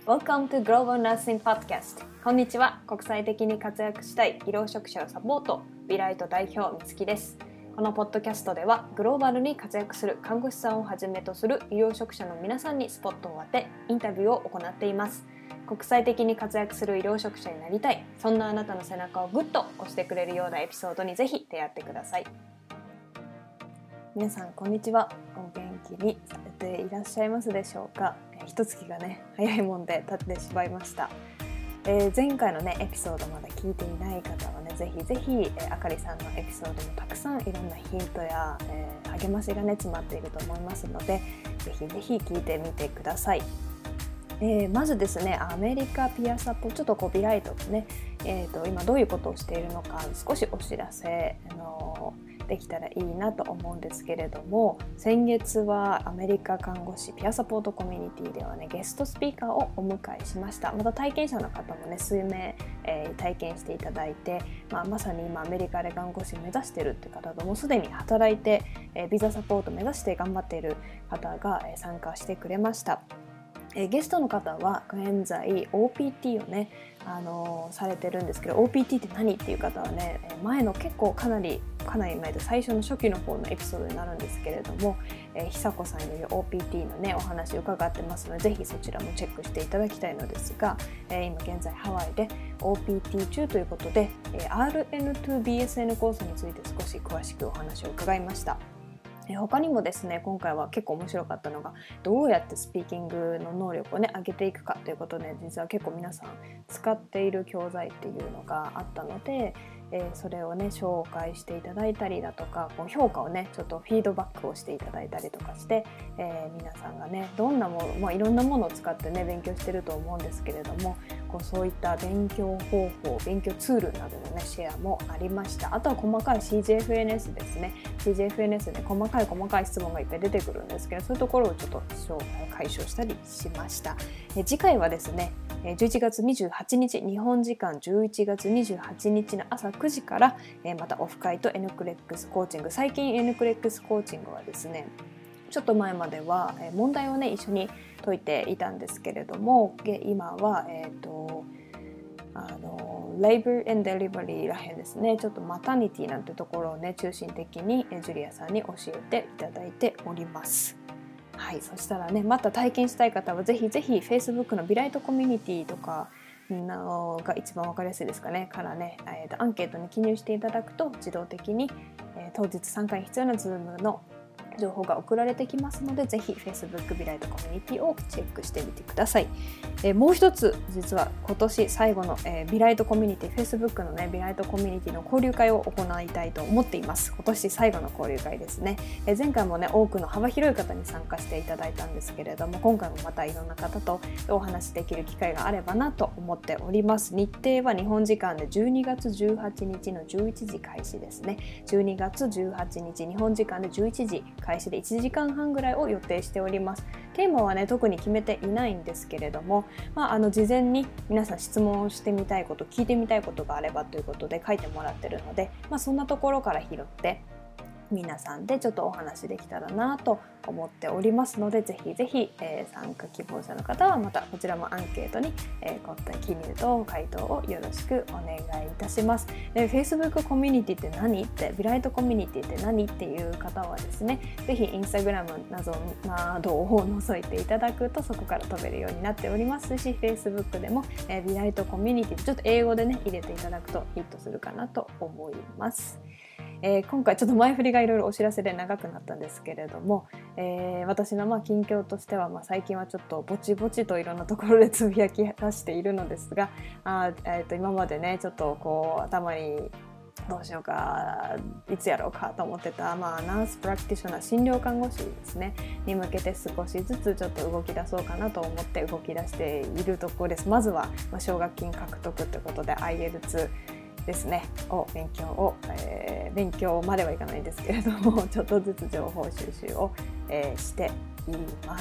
Welcome to Global Nursing Podcast。 こんにちは。国際的に活躍したい医療職者をサポート、ビライト代表みつきです。このポッドキャストではグローバルに活躍する看護師さんをはじめとする医療職者の皆さんにスポットを当てインタビューを行っています。国際的に活躍する医療職者になりたい、そんなあなたの背中をグッと押してくれるようなエピソードにぜひ出会ってください。皆さんこんにちは。お元気にされていらっしゃいますでしょうか。一月がね早いもんで経ってしまいました。前回のねエピソードまだ聞いていない方はねぜひぜひ、あかりさんのエピソードもたくさんいろんなヒントや、励ましがね詰まっていると思いますので、ぜひぜひ聞いてみてください。まずですね、アメリカピアサポちょっとビライトでね、今どういうことをしているのか少しお知らせできたらいいなと思うんですけれども、先月はアメリカ看護師ピアサポートコミュニティではねゲストスピーカーをお迎えしました。また体験者の方もね数名、体験していただいて、まさに今アメリカで看護師を目指しているって方ともうすでに働いて、ビザサポートを目指して頑張っている方が、参加してくれました。ゲストの方は現在 OPT をね、されてるんですけど、 OPT って何っていう方はね前の結構かなり前で最初の初期の方のエピソードになるんですけれども、久子さんより OPT のねお話を伺ってますので、ぜひそちらもチェックしていただきたいのですが、今現在ハワイで OPT 中ということで、RN2BSN コースについて少し詳しくお話を伺いました。他にもですね、今回は結構面白かったのがどうやってスピーキングの能力をね上げていくかということで、実は結構皆さん使っている教材っていうのがあったので、それをね紹介していただいたりだとか、評価をねちょっとフィードバックをしていただいたりとかして、皆さんがねどんなもの、いろんなものを使ってね勉強してると思うんですけれども、そういった勉強方法、勉強ツールなどのねシェアもありました。あとは細かい CGFNS ですね。 CGFNS で細かい質問がいっぱい出てくるんですけど、そういうところをちょっと解消したりしました。次回はですね11月28日日本時間11月28日の朝9時から、またオフ会と NCLEX コーチング。最近 NCLEX コーチングはですね、ちょっと前までは問題をね一緒に解いていたんですけれども、今はLabor and Delivery らへんですね、ちょっとマタニティなんてところをね中心的にジュリアさんに教えていただいております。はい、そしたらねまた体験したい方はぜひぜひ Facebook のビライトコミュニティとかのが一番わかりやすいですかねからね、アンケートに記入していただくと自動的に、当日参加に必要な Zoom の情報が送られてきますので、ぜひ Facebook ビライトコミュニティをチェックしてみてください。もう一つ実は今年最後の、ビライトコミュニティ Facebook のねビライトコミュニティの交流会を行いたいと思っています。今年最後の交流会ですね。前回もね多くの幅広い方に参加していただいたんですけれども、今回もまたいろんな方とお話しできる機会があればなと思っております。日程は日本時間で12月18日の11時開始ですね。12月18日日本時間で11時開始で1時間半ぐらいを予定しております。テーマはね特に決めていないんですけれども、事前に皆さん質問をしてみたいこと、聞いてみたいことがあればということで書いてもらってるので、そんなところから拾って皆さんでちょっとお話できたらなと思っておりますので、ぜひぜひ、参加希望者の方はまたこちらもアンケートに、記入と回答をよろしくお願いいたします。Facebook コミュニティって何ってビライトコミュニティって何っていう方はですね、ぜひ Instagram などを覗いていただくとそこから飛べるようになっておりますし、 Facebook でも、ビライトコミュニティちょっと英語でね入れていただくとヒットするかなと思います。今回ちょっと前振りがいろいろお知らせで長くなったんですけれども、私の近況としては、最近はちょっとぼちぼちといろんなところでつぶやき出しているのですが、今までねちょっと頭にどうしようかいつやろうかと思ってた、ナースプラクティショナー診療看護師ですねに向けて少しずつちょっと動き出そうかなと思って動き出しているところです。まずは奨学金獲得ということで IELTS ですね勉強まではいかないんですけれどもちょっとずつ情報収集を、しています。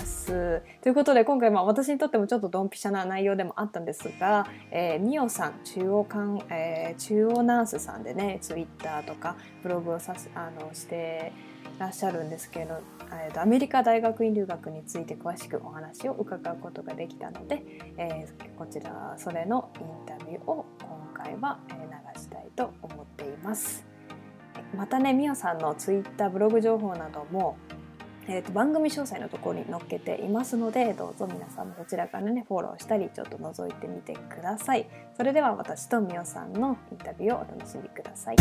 ということで今回私にとってもちょっとドンピシャな内容でもあったんですが、ミオさん中央ナースさんでねツイッターとかブログをしてらっしゃるんですけれど、アメリカ大学院留学について詳しくお話を伺うことができたので、こちらそれのインタビューを今回は流したいと思っています。またねミオさんのツイッターブログ情報なども番組詳細のところに載っけていますのでどうぞ皆さんもそちらからねフォローしたりちょっと覗いてみてください。それでは私とみおさんのインタビューをお楽しみください。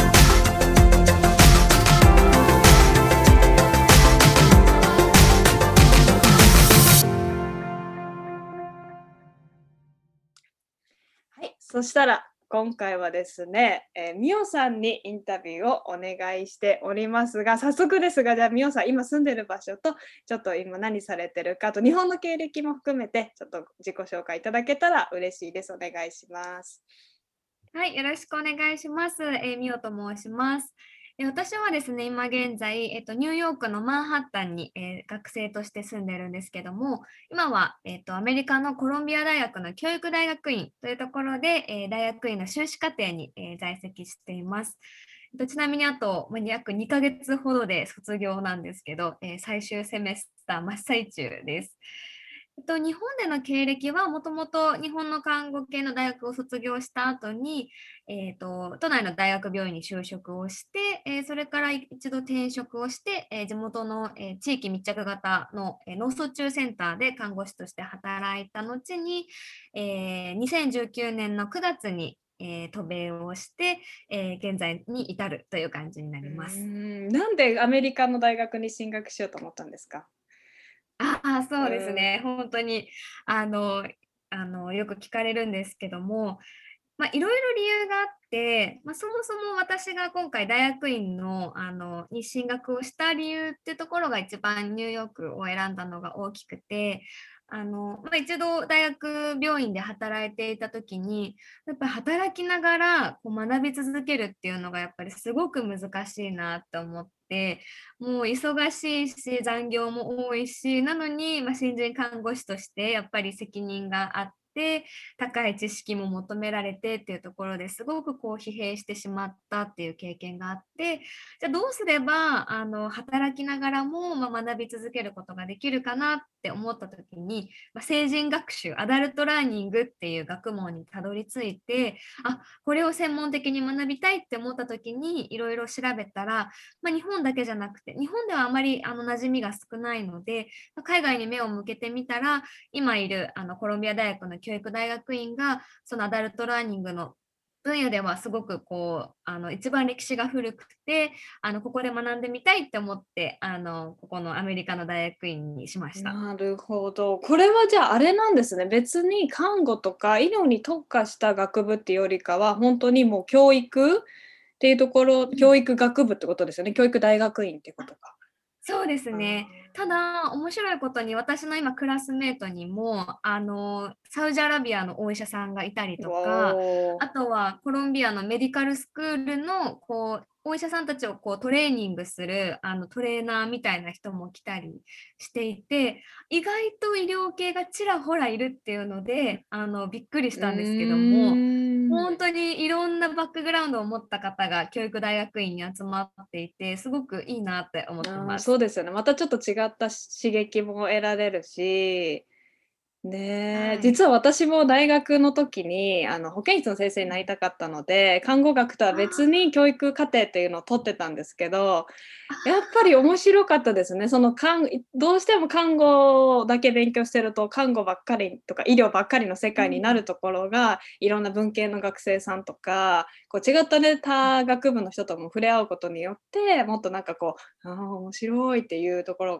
はい、そしたら今回はですね、みおさんにインタビューをお願いしておりますが、早速ですが、じゃあみおさん今住んでる場所とちょっと今何されてるか、あと日本の経歴も含めてちょっと自己紹介いただけたら嬉しいです。お願いします。 はい、よろしくお願いします。みおと申します。私はですね、今現在、ニューヨークのマンハッタンに、学生として住んでるんですけども、今は、アメリカのコロンビア大学の教育大学院というところで、大学院の修士課程に、在籍しています。ちなみにあと、約2ヶ月ほどで卒業なんですけど、最終セメスター真っ最中です。日本での経歴はもともと日本の看護系の大学を卒業した後に、都内の大学病院に就職をして、それから一度転職をして、地元の、地域密着型の、脳卒中センターで看護師として働いた後に、2019年の9月に渡米をして、現在に至るという感じになります。 なんでアメリカの大学に進学しようと思ったんですか？ そうですね。本当によく聞かれるんですけども、いろいろ理由があって、そもそも私が今回大学院に進学をした理由っていうところが一番ニューヨークを選んだのが大きくて、一度大学病院で働いていた時にやっぱり働きながらこう学び続けるっていうのがやっぱりすごく難しいなって思って、もう忙しいし残業も多いし、なのに、新人看護師としてやっぱり責任があって、高い知識も求められてっていうところですごくこう疲弊してしまったっていう経験があって、じゃあどうすれば働きながらも、学び続けることができるかなって思った時に、成人学習アダルトラーニングっていう学問にたどり着いて、これを専門的に学びたいって思った時にいろいろ調べたら、日本だけじゃなくて日本ではあまり馴染みが少ないので、海外に目を向けてみたら今いるコロンビア大学の教育大学院がそのアダルトラーニングの分野ではすごくこう一番歴史が古くてここで学んでみたいって思ってここのアメリカの大学院にしました。 なるほど。これはじゃああれなんですね。別に看護とか医療に特化した学部っていうよりかは、本当にもう教育っていうところ、教育学部ってことですよね。教育大学院ってことか。 そうですね。ただ、面白いことに、私の今、クラスメートにも、サウジアラビアのお医者さんがいたりとわか、 お。 あとはコロンビアのメディカルスクールの、こう、お医者さんたちをこうトレーニングするトレーナーみたいな人も来たりしていて、意外と医療系がちらほらいるっていうのでびっくりしうたんですけども、 ーん。 本当にいろんなバックグラウンドを持った方が教育大学院に集まっていて、すごくいいなって思ってああ、 ます。 そうですよね。またちょっと違った刺激も得られるし、ねえ、 はい。 実は私も大学の時に、保健室の先生になりたかったので、看護学とは別あに教育課程っていうのを取ってたんですけど、 あ、 やっぱり面白かったですね。どうしても看護だけ勉強してると、看護ばっかりとか医療ばっかりの世界になうん。 るところが、いろんな文系の学生さんとか、こう違ったね、他学部の人とも触れ合うことによって、もっとなんかこう、ああ、面白いっていうところが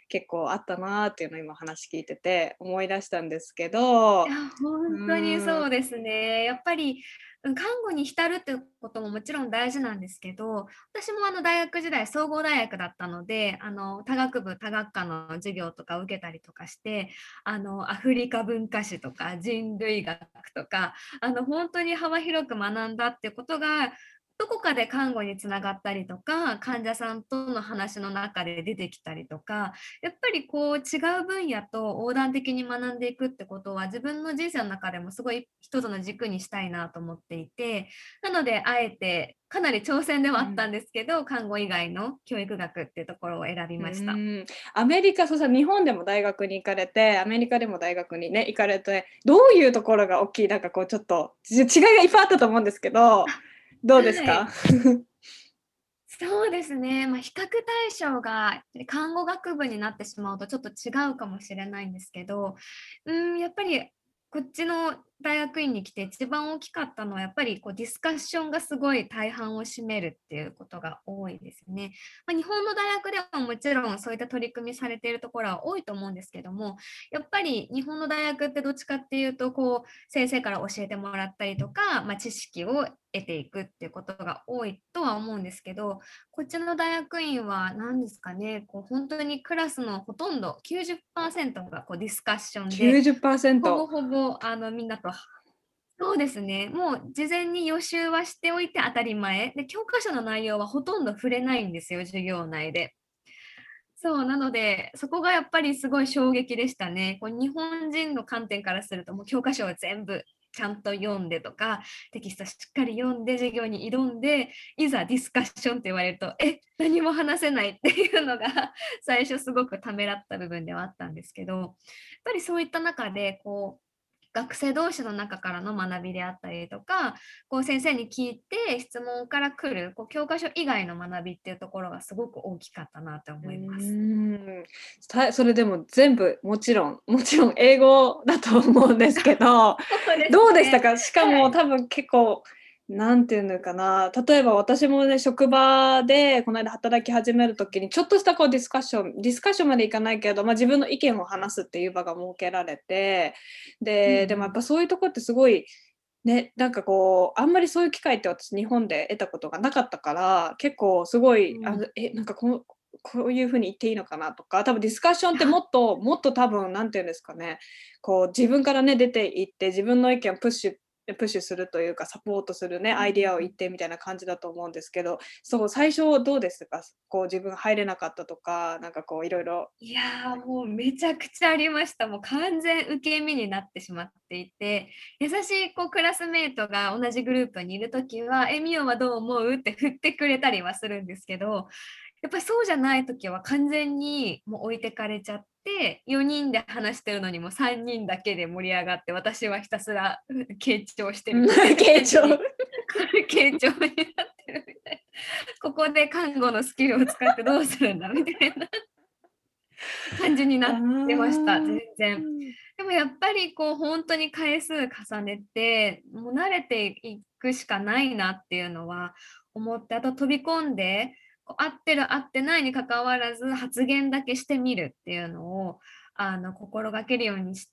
結構あったなっていうのを今話聞いてて思い出したんですけど。 いや、本当にそうですね。やっぱり、看護に浸るってことももちろん大事なんですけど、私も大学時代、総合大学だったので、多学部、多学科の授業とか受けたりとかして、アフリカ文化史とか人類学とか、本当に幅広く学んだってことが、どこかで看護につながったりとか、患者さんとの話の中で出てきたりとか、やっぱりこう違う分野と横断的に学んでいくってことは自分の人生の中でもすごい一つの軸にしたいなと思っていて、なのであえてかなり挑戦ではあったんですけど、看護以外の教育学っていうところを選びました。 アメリカ、そうさ、日本でも大学に行かれて、アメリカでも大学にね行かれて、どういうところが大きい、なんかこうちょっと違いがいっぱいあったと思うんですけど、どうですか？ そうですね、比較対象が看護学部になってしまうとちょっと違うかもしれないんですけど、やっぱりこっちの大学院に来て一番大きかったのはやっぱりこうディスカッションがすごい大半を占めるっていうことが多いですね。日本の大学ではもちろんそういった取り組みされているところは多いと思うんですけども、やっぱり日本の大学ってどっちかっていうとこう先生から教えてもらったりとか、知識を得ていくっていうことが多いとは思うんですけど、こっちの大学院は何ですかね、こう本当にクラスのほとんど90%がこうディスカッションで、ほ 90%。 ぼほぼみんなと、そうですね、もう事前に予習はしておいて当たり前で、教科書の内容はほとんど触れないんですよ、授業内で。そうなので、そこがやっぱりすごい衝撃でしたね。こう日本人の観点からすると、もう教科書を全部ちゃんと読んでとか、テキストしっかり読んで授業に挑んで、いざディスカッションって言われると、何も話せないっていうのが最初すごくためらった部分ではあったんですけど、やっぱりそういった中でこう学生同士の中からの学びであったりとか、こう先生に聞いて質問から来るこう教科書以外の学びっていうところがすごく大きかったなと思います。 それでも全部もちろん英語だと思うんですけど、 そうですね、 どうでしたか？しかも、 はい、 多分結構なんていうのかな、例えば私もね、職場でこの間働き始める時にちょっとしたこうディスカッションまでいかないけど、自分の意見を話すっていう場が設けられて、でもやっぱそういうとこってすごいね、なんかこうあんまりそういう機会って私日本で得たことがなかったから、結構すごいなんかこういう風に言っていいのかなとか、多分ディスカッションってもっと多分なんていうんですかね、こう自分からね出て行って自分の意見をプッシュするというか、サポートするね、アイディアを言ってみたいな感じだと思うんですけど、そう、最初どうですか？こう自分入れなかったとか、なんかこういろいろ。 いやー、もうめちゃくちゃありました。もう完全受け身になってしまっていて、優しいこうクラスメートが同じグループにいるときは、ミオはどう思うって振ってくれたりはするんですけど、やっぱりそうじゃないときは完全にもう置いてかれちゃって、4人で話してるのにも3人だけで盛り上がって、私はひたすら傾聴してるみたいな傾聴。 感じに、傾聴になってるみたいな。ここで看護のスキルを使ってどうするんだみたいな感じになってました、全然。でもやっぱりこう本当に回数重ねて、もう慣れていくしかないなっていうのは思って、あと飛び込んで、こう合ってる合ってないにかかわらず発言だけしてみるっていうのを心がけるようにして、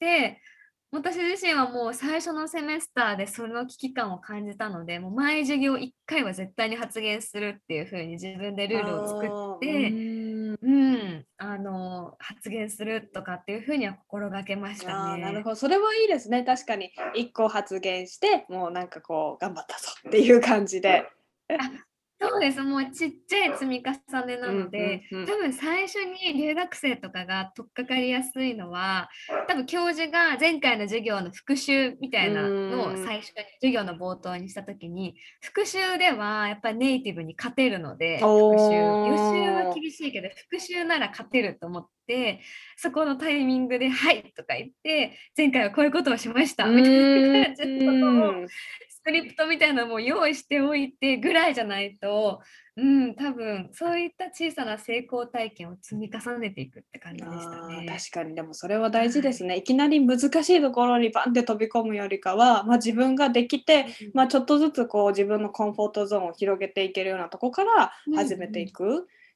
私自身はもう最初のセメスターでその危機感を感じたので、もう毎授業1回は絶対に発言するっていう風に自分でルールを作っああ、 て、発言するとかっていうふうには心がけましたね。 なるほど。それはいいですね。確かに1個発言して、もうなんかこう頑張ったぞっていう感じで。 あ、そうです。もうちっちゃい積み重ねなうんうんので、 うん。 多分最初に留学生とかが取っかかりやすいのは、多分教授が前回の授業の復習みたういなのをーん。 最初に授業の冒頭にした時に、復習ではやっぱりネイティブに勝てるので、復習、予習はおお。 厳しいけど、復習なら勝てると思って、そこのタイミングで「はい」とか言って、前回はこういうことをしましうたみたいなー感じのことをん。 スクリプトみたいなのも用意しておいてぐらいじゃないと、多分そういった小さな成功体験を積み重ねていくって感じでしたね。 確かにでもそれは大事ではい。 すね。いきなり難しいところにバンって飛び込むよりかは、自分ができて、 うん。 ちょっとずつこう自分のコンフォートゾーンを広げていけるようなとこからうんう始めていん。 く。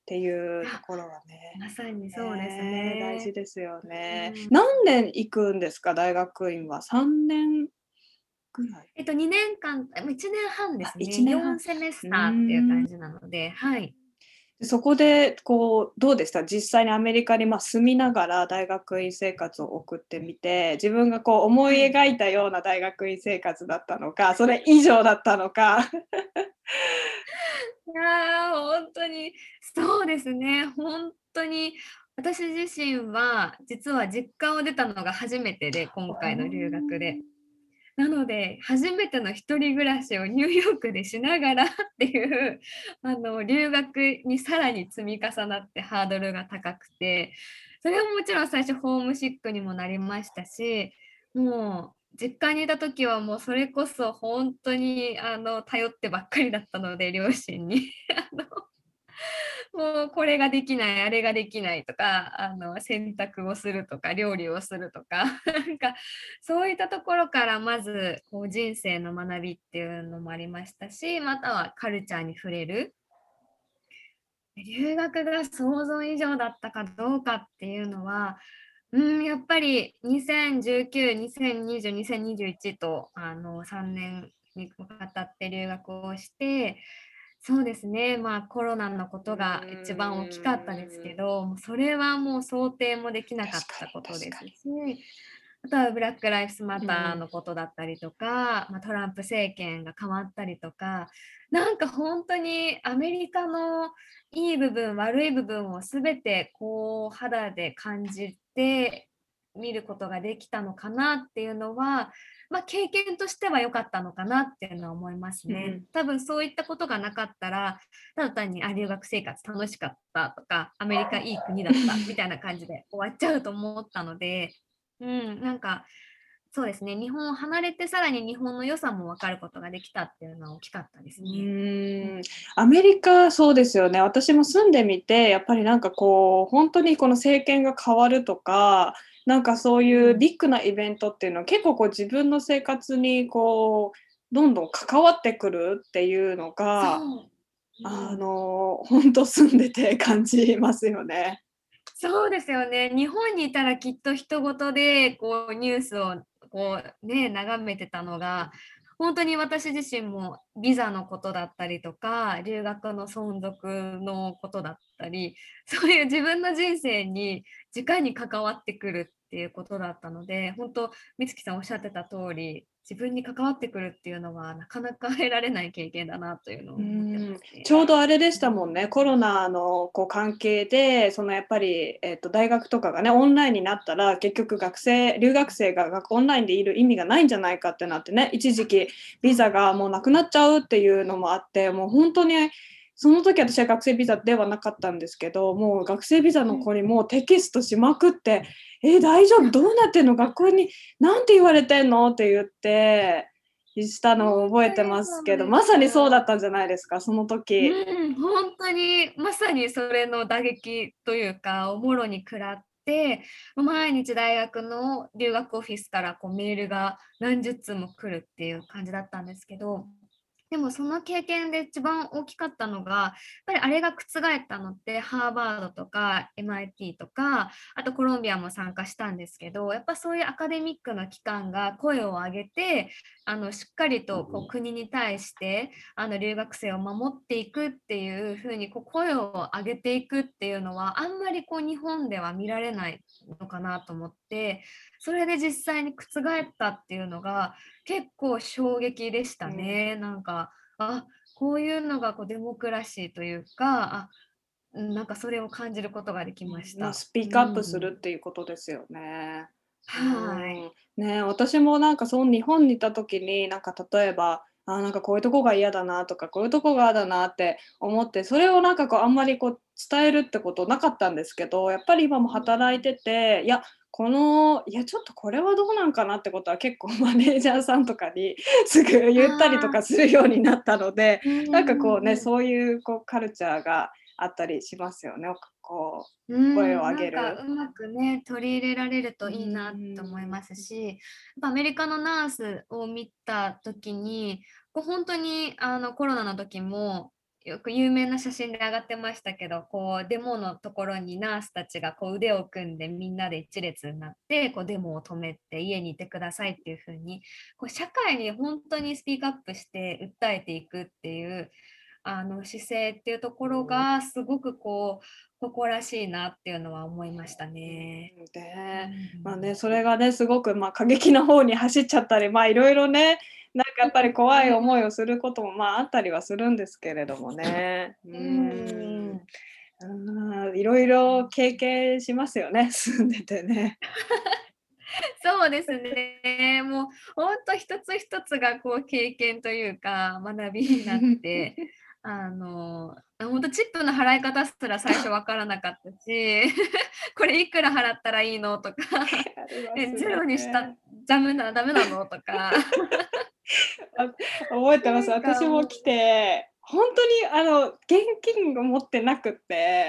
っていうところはね、 まさにそうですね。 大事ですよね。 うん、 何年行くんですか、大学院は。3年ぐらい？ 2年間、1年半であ、 すね。 1年半。 4セメスうターっていうーん。 感じなので、はい。 そこでこう、どうでした？実際にアメリカに、住みながら大学院生活を送ってみて、自分がこう思いはい。 描いたような大学院生活だったのか、それ以上だったのか。 いや本当に、そうですね。本当に私自身は、実は実家を出たのが初めてで、今回の留学で。なので、初めての一人暮らしをニューヨークでしながらっていう、留学にさらに積み重なってハードルが高くて、それはもちろん最初ホームシックにもなりましたし、もう実家にいた時はもうそれこそ本当に頼ってばっかりだったので、両親に。あのもうこれができない、あれができないとか、洗濯をするとか、料理をするとか、なんかそういったところからまずこう人生の学びっていうのもありましたし、またはカルチャーに触れる。留学が想像以上だったかどうかっていうのは、やっぱり2019、2020、2021と3年にわたって留学をして、そうですね、コロナのこうとが一番大きかったですけーん。 ど、それはもう想定もできなかっ確かにたことで確かに。 すし、あとはブラック・ライフスマうん。 ターのことだったりとか、トランプ政権が変わったりとか、なんか本当にアメリカのいい部分、悪い部分を全てこう肌で感じて見ることができたのかなっていうのは、経験としては良かったのかなっていうのは思いますね。 うん。 多分そういったことがなかったら、ただ単に留学生活楽しかったとか、アメリカいい国だったみたいな感じで終わっちゃうと思ったので、なんかそうですね、日本を離れてさらに日本の良さも分かることができたっていうのは大きかったでうすね。うん、 ーん、アメリカ、そうですよね。私も住んでみて、やっぱりなんかこう、ほんとにこの政権が変わるとか、なんかそういううん、 ビッグなイベントっていうのは結構こう自分の生活にこう、どんどん関わってくるっていうのが、 そう、うん、 ほんと住んでて感じますよね。 そうですよね。日本にいたらきっと人事でこうニュースをこうね、眺めてたのが、本当に私自身もビザのことだったりとか、留学の存続のことだったり、そういう自分の人生に直に関わってくるっていうことだったので、本当美月さんおっしゃってた通り、自分に関わってくるっていうのはなかなか得られない経験だなというのをう思ってーん、 ますね。 ちょうどあれでしうん、 たもんね、コロナのこう関係で、そのやっぱり、大学とかがね、オンラインになったら、結局留学生がオンラインでいる意味がないんじゃないかってなってね、一時期ビザがもうなくなっちゃうっていうのもあって、もうほんとにその時私は学生ビザではなかったんですけど、もう学生ビザの子にもうテキストしまくって、「え、大丈夫？どうなってんの？学校に何て言われてんの？」って言ってした本のを覚えて当にますけど、 そうです。 まさにそうだったんじゃないですか、その時。 本当にまさにそれの打撃というか、をもろに食らって、毎日大学の留学オフィスからこうメールが何十通も来るっていう感じだったんですけど、でもその経験で一番大きかったのが、やっぱりあれが覆ったのって、ハーバードとか MIT とか、あとコロンビアも参加したんですけど、やっぱそういうアカデミックな機関が声を上げて、しっかりとこう国に対して留学生を守っていくっていうふうにこう声を上げていくっていうのはあんまりこう日本では見られないのかなと思って、それで実際に覆ったっていうのが結構衝撃でしたうん。 ね。なんかこういうのがこうデモクラシーというか、なんかそれを感じることができました。 スピークアップすうん、 るっていうことですよね。うはい。 ね、私もなんかその日本にいた時に、なんか例えば、なんかこういうとこが嫌だなとか、こういうとこが嫌だなって思って、それをなんかこうあんまりこう伝えるってことなかったんですけど、やっぱり今も働いてて、いやちょっとこれはどうなんかなってことは結構マネージャーさんとかにすぐ言ったりとかああ、 するようになったので、 うんなんかこうね、 うんうん。 そういうこうカルチャーがあったりしますよね。こう声を上なんかげる。 うまくね、取り入れられるうといいなと思いーん。 ますし、やっぱアメリカのナースを見た時に、こう本当にコロナの時もよく有名な写真で上がってましたけど、こうデモのところにナースたちがこう腕を組んでみんなで一列になってこうデモを止めて家にいてくださいっていう風にこう社会に本当にスピークアップして訴えていくっていう姿勢っていうところがすごくこう誇らしいなっていうのは思いましたね。 で、まあうんね、それがね、すごく、まあ、過激な方に走っちゃったり、まあ、いろいろね、なんかやっぱり怖い思いをすることも、まあ、あったりはするんですけれどもね。いろいろ経験しますよね、住んでてね。 そうですね。もう本当一つ一つがこう経験というか学びになって、本当チップの払い方すら最初わからなかったし、これいくら払ったらいいのとか、 ありますゼロにしたね。 ダメなのとか、 覚えてます。 なんかもう、 私も来て、本当に現金を持ってなくって、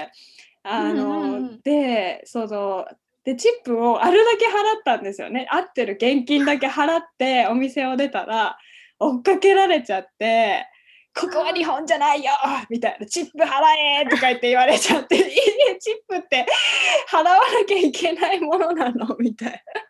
うんうんうん。 で、チップをあるだけ払ったんですよね。合ってる現金だけ払ってお店を出たら、追っかけられちゃって、ここは日本じゃないよみたいな、チップ払えとか言って言われちゃって、いいえ、チップって払わなきゃいけないものなのみたいな。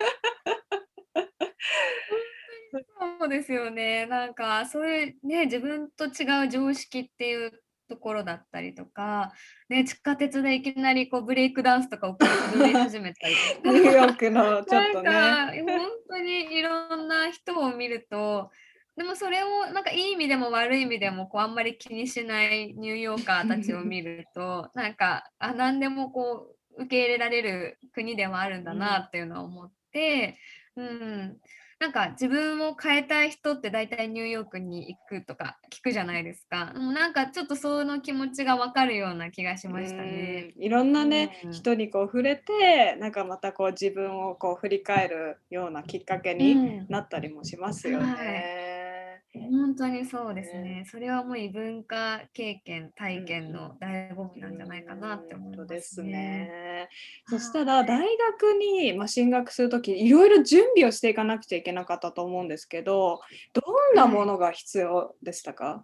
そうですよね。なんかそういうね、自分と違う常識っていうところだったりとか、ね、地下鉄でいきなりこうブレイクダンスとか踊り始めたりとか、 ニューヨークのちょっなんとね。 か本当にいろんな人を見ると、でもそれをなんかいい意味でも悪い意味でもこうあんまり気にしないニューヨーカーたちを見ると、なんか何でもこう受け入れられる国ではあるんだなっていうのを思って、うん、なんか自分を変えたい人って大体ニューヨークに行くとか聞くじゃないですか。でもなんかちょっとその気持ちがわかるような気がしましたね。 いろんなね、 うん。 人にこう触れて、なんかまたこう自分をこう振り返るようなきっかけにうん。 なったりもしますよはい。 ね。 本当にそうですね。 ね。それはもう異文化経験、体うん験の醍醐味なんじゃないかなって思いますですね。 ね。そしたはら大学に、まあ、進学する時いろいろ準備をしていかなくちゃいけなかったと思うんですけど、どんい。 なはい。 ものが必要でしたか？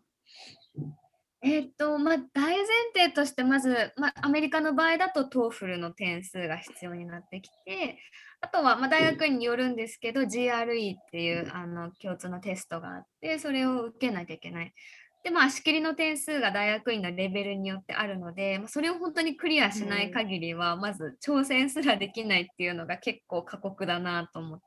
まあ、大前提としてまず、まあ、アメリカの場合だと TOEFL の点数が必要になってきて、あとは、まあ、大学院によるんですけど GRE っていう共通のテストがあってそれを受けなきゃいけない。でまあ仕切りの点数が大学院のレベルによってあるので、まあ、それを本当にクリアしない限りはまず挑戦すらできないっていうのが結構過酷だなと思って、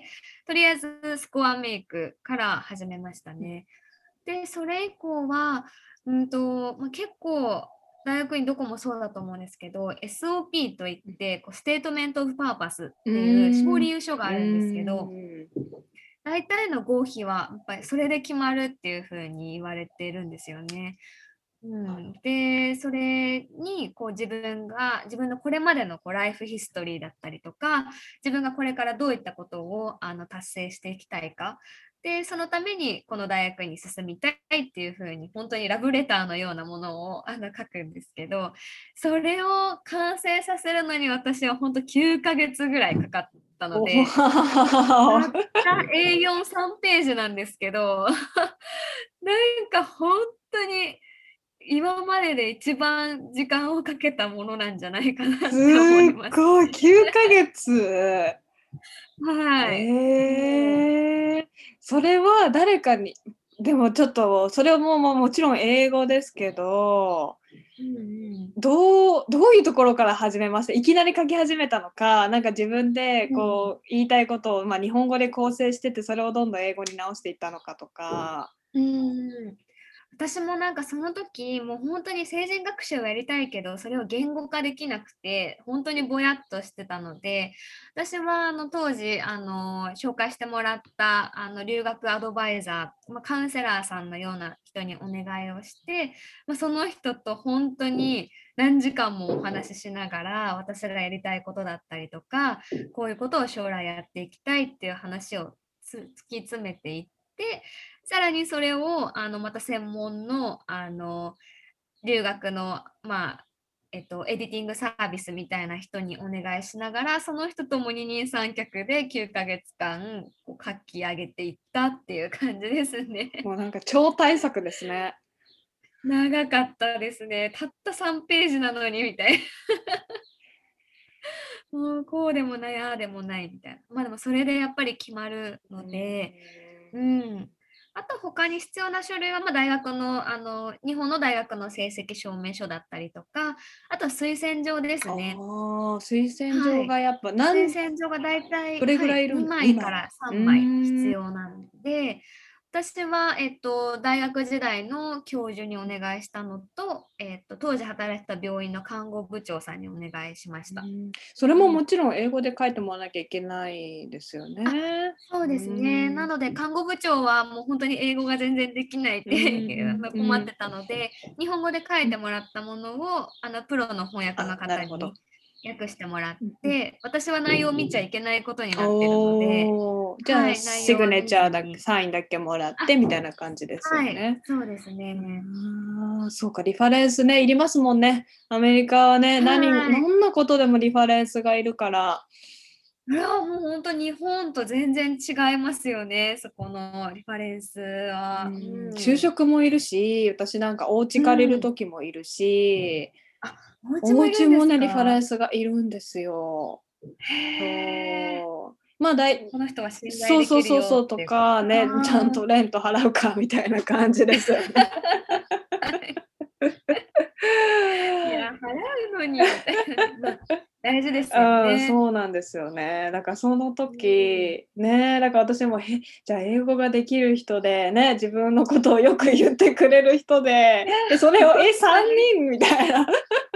とりあえずスコアメイクから始めましたね。でそれ以降はまあ、結構大学院どこもそうだと思うんですけど SOP といってこうステートメント・オブ・パーパスっうていうーん。 小理由書がうあるんですけど、 ーん。 大体の合否はやっぱりそれで決まるっていうふうに言われてるんですよね。でそれにこう自分のこれまでのこうライフヒストリーだったりとか自分がこれからどういったことを達成していきたいかでそのためにこの大学に進みたいっていうふうに本当にラブレターのようなものを書くんですけど、それを完成させるのに私は本当9ヶ月ぐらいかかったのおで、たっー。 た A43 ページなんですけどなんか本当に今までで一番時間をかけたものなんじゃないかなすって思いっます。 ごい、9ヶ月。 はい。もう、 それは誰かにでもちょっと、それはもちろん英語ですけど、 うんうん。 どういうところから始めました？いきなり書き始めたのか、なんか自分でうん。 こう言いたいことを、まあ、日本語で構成してて、それをどんどん英語に直していったのかとか。 うーん。私もなんかその時、もう本当に成人学習をやりたいけど、それを言語化できなくて、本当にぼやっとしてたので、私は当時紹介してもらった留学アドバイザー、まあ、カウンセラーさんのような人にお願いをして、まあ、その人と本当に何時間もお話ししながら、私がやりたいことだったりとか、こういうことを将来やっていきたいっていう話を突き詰めていって、さらにそれをまた専門の留学の、まあエディティングサービスみたいな人にお願いしながらその人とも二人三脚で9ヶ月間こう書き上げていったっていう感じですね。 もうなんか超大作ですね。 長かったですね。たった3ページなのにみたいな。もうこうでもない、ああでもないみたいな。まあでもそれでやっぱり決まるので、うん。あと他に必要な書類は、まあ、大学の、日本の大学の成績証明書だったりとか、あとは推薦状ですああ、 ね。 推薦状はい。 がやっぱ推薦状がだいたい、 どれぐはい、 らいいるんだ？ 2 2 枚か枚。 らう 3枚必ーん。 要なので、私は、大学時代の教授にお願いしたのと、当時働いてた病院の看護部長さんにお願いしました。 それうん、 ももちろん英語で書いてもらわなきゃいけないですよあ、 ね。 そうですね。なので、看護部長はもう本当に英語が全然できないっうんて困うん。 ってたので、日本語で書いてもらったものを、プロの翻訳のあ、なるほど。 方に訳してもらっうんうん。 て、私は内容を見ちゃいけないことになってるので、 おお、じゃあはい、内シグ容はネチャーだけ、 見ずに。 サインだけもらっあ、 てみたいな感じですよはい、 ね。 そうですね。 そうか、リファレンスね、いりますもんね。アメリカはね、 はい。 どんなことでもリファレンスがいるから。 いや、もう本当日本と全然違いますよね、そこのリファレンスは。 就うん。 職もいるし、私なんかお家う借りるん。 時もいるし、 あ、お家おもいるんです家もね、リファレンか？ スがいるんですよ。 へえ。 そう。まあ、 この人は信頼そうそうできるそうそうとよっていう。 かね、ちゃんあとレント払うかみたいな感じですよね。 あ。はい。いや、払うのにみたいな。まあ、大事ですようん、 ね。 そうなんですよね。だからそのうん。 時、ね、だから私も、じゃあ英語ができる人で、ね、自分のことをよく言ってくれる人で、 いや、 で、それを、 本当 3 に人みたいな。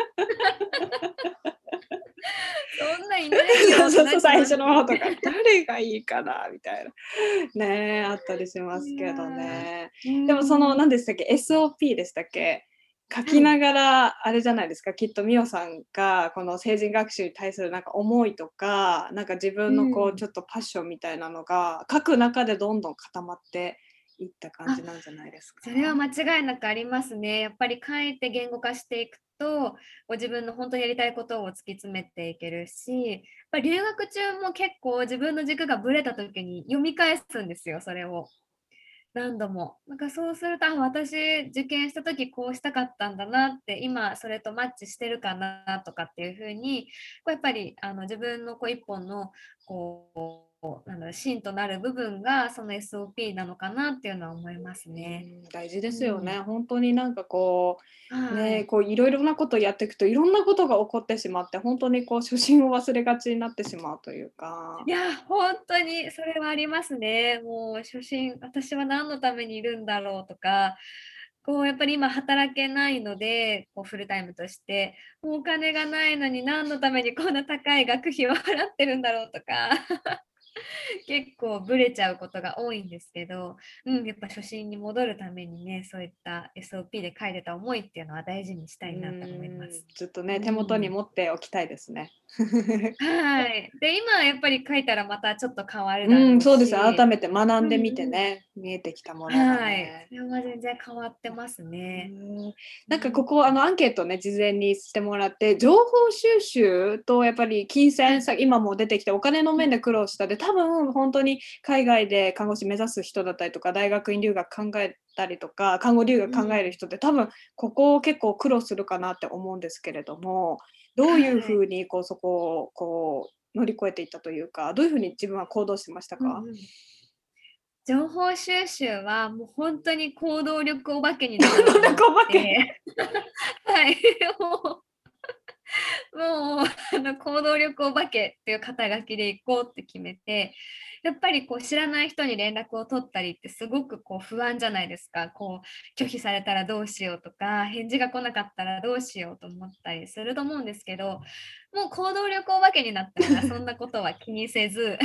そんないないそうよってそうそう、最なっちゃいます初の方とか、 ね。 誰がいいかなみたいな。ね、あったりしますいやけどー、 ね。 うでもその、 ん。 何でしたっけ、SOP でしたっけ？書はい。 きながら、あれじゃないですか、きっとミオさんがこの成人学習に対するなんか思いとか、なんか自分のこううん。 ちょっとパッションみたいなのが、書く中でどんどん固まっていった感あ、 じなんじゃないですか？ それは間違いなくありますね。やっぱり書いて言語化していくと、ご自分の本当にやりたいことを突き詰めていけるし、やっぱり留学中も結構自分の軸がぶれた時に読み返すんですよ、それを。何度も。なんかそうすると、あ、私受験した時こうしたかったんだなって、今それとマッチしてるかなとかっていう風に、こうやっぱり自分のこう一本のこうなんだろう芯となる部分がその SOP なのかなっていうのは思いますね。 大事でうん。 すよね。本当になんかこう、ね、 はい。 こういろいろなことをやっていくと、いろんなことが起こってしまって、本当にこう初心を忘れがちになってしまうというか。 いや、本当にそれはありますね。もう初心、私は何のためにいるんだろうとか、こうやっぱり今働けないので、こうフルタイムとして、もうお金がないのに何のためにこんな高い学費を払ってるんだろうとか、結構ブレちゃうことが多いんですけど、うん、やっぱ初心に戻るためにね、そういった SOP で書いてた思いっていうのは大事にしたいなと思います。 ずっとうね、手元にん。 持っておきたいですね。 はい。で、今やっぱり書いたらまたちょっと変わるだろうそうです。改し、 めて学んうんでみてうん。 ね、見えてきたものがはい。 ね。 それは全然変わってますうね。 ーん、なんかうん。 ここ、アンケートね、事前にしてもらって、情報収集とやっぱり金銭、 はい。 今も出てきてお金の面で苦労したで、多分本当に海外で看護師目指す人だったりとか、大学院留学考えたりとか、看護留う学考えるん。 人って多分ここ結構苦労するかなって思うんですけれども、どういうはい。 風にこうそこをこう乗り越えていったというか、どういう風に自分は行動してましたか？ うんうん。情報収集はもう本当に行動力お化けになろうと思っ小馬鹿。 て、はい。ももう行動力お化けっていう肩書きで行こうって決めて、やっぱりこう知らない人に連絡を取ったりってすごくこう不安じゃないですか。こう拒否されたらどうしようとか、返事が来なかったらどうしようと思ったりすると思うんですけど、もう行動力お化けになったらそんなことは気にせず、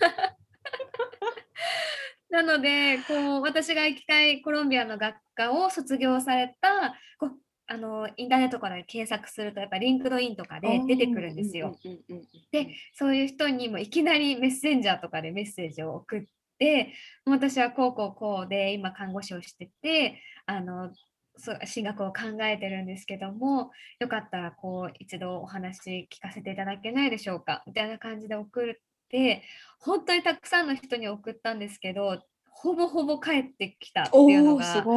なので、こう私が行きたいコロンビアの学科を卒業された、こうインターネットから検索するとやっぱリンクドインとかああ、 で出てくるんですよ。で、そういう人にもいきなりメッセンジャーとかでメッセージを送って、私はこうこうこうで今看護師をしてて、進学を考えてるんですけども、よかったらこう一度お話聞かせていただけないでしょうかみたいな感じで送って、本当にたくさんの人に送ったんですけど、ほぼほぼ帰ってきたっていうおお、すのがごい。